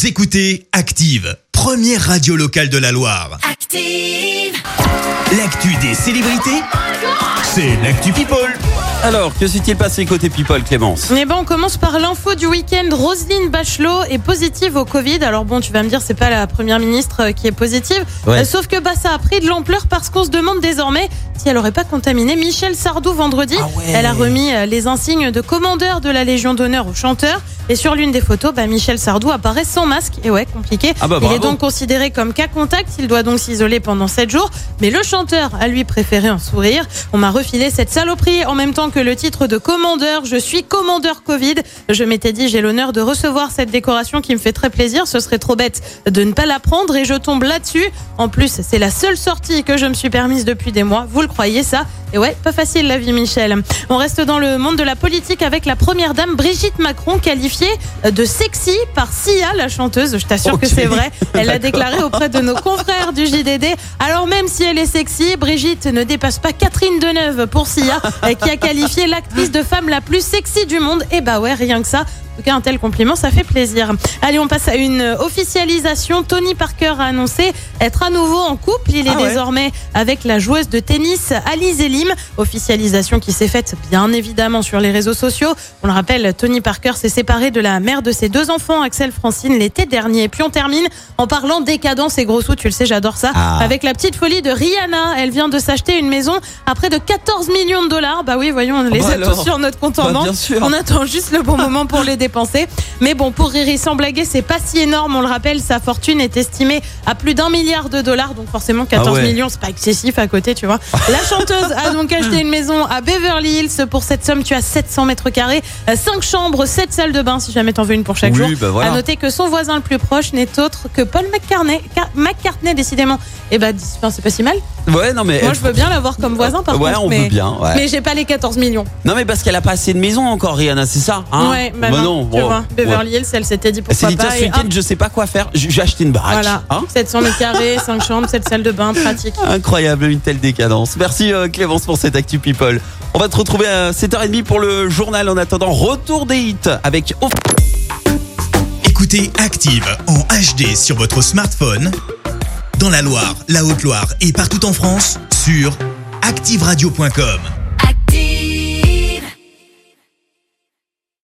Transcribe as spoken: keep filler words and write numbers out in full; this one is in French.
Vous écoutez Active, première radio locale de la Loire. Active. L'actu des célébrités, c'est l'actu People. Alors, que s'est-il passé côté People, Clémence? Eh ben, on commence par l'info du week-end. Roselyne Bachelot est positive au Covid. Alors bon, tu vas me dire, c'est pas la première ministre qui est positive. Ouais. Euh, sauf que bah, ça a pris de l'ampleur parce qu'on se demande désormais si elle aurait pas contaminé Michel Sardou vendredi. Ah ouais. Elle a remis les insignes de commandeur de la Légion d'honneur au chanteur. Et sur l'une des photos, bah, Michel Sardou apparaît sans masque. Et ouais, compliqué. Ah bah, Il est bravo. donc considéré comme cas contact. Il doit donc s'isoler pendant sept jours. Mais le chanteur a lui préféré un sourire. On m'a refilé cette saloperie en même temps que le titre de commandeur. Je suis commandeur Covid. Je m'étais dit, j'ai l'honneur de recevoir cette décoration qui me fait très plaisir. Ce serait trop bête de ne pas la prendre et je tombe là-dessus. En plus, c'est la seule sortie que je me suis permise depuis des mois. Vous le croyez ça? Et ouais, pas facile la vie, Michel. On reste dans le monde de la politique avec la première dame Brigitte Macron, qualifiée de sexy par Sia, la chanteuse. Je t'assure Ok. que c'est vrai. Elle l'a D'accord. déclaré auprès de nos confrères du J D D. Alors même si elle est sexy, Brigitte ne dépasse pas Catherine Deneuve pour Sia, qui a qualifié l'actrice de femme la plus sexy du monde. Et bah ouais, rien que ça. En tout cas, un tel compliment, ça fait plaisir. Allez, on passe à une officialisation. Tony Parker a annoncé être à nouveau en couple. Il est Ah ouais. désormais avec la joueuse de tennis Alizé Lim. Officialisation qui s'est faite bien évidemment sur les réseaux sociaux. On le rappelle, Tony Parker s'est séparé de la mère de ses deux enfants, Axel Francine, l'été dernier. Puis on termine en parlant décadence et gros sous. Tu le sais, j'adore ça. Ah. Avec la petite folie de Rihanna. Elle vient de s'acheter une maison à près de quatorze millions de dollars. Bah oui, voyons, on les bah a alors. tous sur notre compte en Bah, banque. bien sûr. On attend juste le bon moment pour les dépenser. Mais bon, pour Riri, sans blaguer, c'est pas si énorme. On le rappelle, sa fortune est estimée à plus d'un milliard de dollars. Donc forcément, quatorze Ah ouais. millions, c'est pas excessif à côté, tu vois. La chanteuse a donc acheté une maison à Beverly Hills. Pour cette somme, tu as sept cents mètres carrés, cinq chambres, sept salles de bain, si jamais t'en veux une pour chaque Oui, jour. bah voilà. À noter que son voisin le plus proche n'est autre que Paul McCartney. Car- McCartney, décidément. Et bah, dis- enfin, c'est pas si mal. Ouais, non mais... Moi, je veux bien l'avoir comme voisin, par Ouais, contre. on mais, veut bien, ouais. Mais j'ai pas les quatorze millions. Non mais parce qu'elle a pas assez de maison encore, Rihanna, c'est ça, hein? ouais, bah, non, tu oh, vois. ouais. Beverly Hills, elle s'était dit Elle s'est pourquoi dit, tiens, pas. ce et week-end, hop, je sais pas quoi faire, je je vais acheter une baraque. Voilà, Hein? sept cents mètres carrés, cinq chambres, sept salles de bain, pratique. Incroyable, une telle décadence. Merci euh, Clémence pour cette Actu People. On va te retrouver à sept heures trente pour le journal. En attendant, retour des hits avec... Écoutez Active en H D sur votre smartphone, dans la Loire, la Haute-Loire et partout en France, sur active radio point com.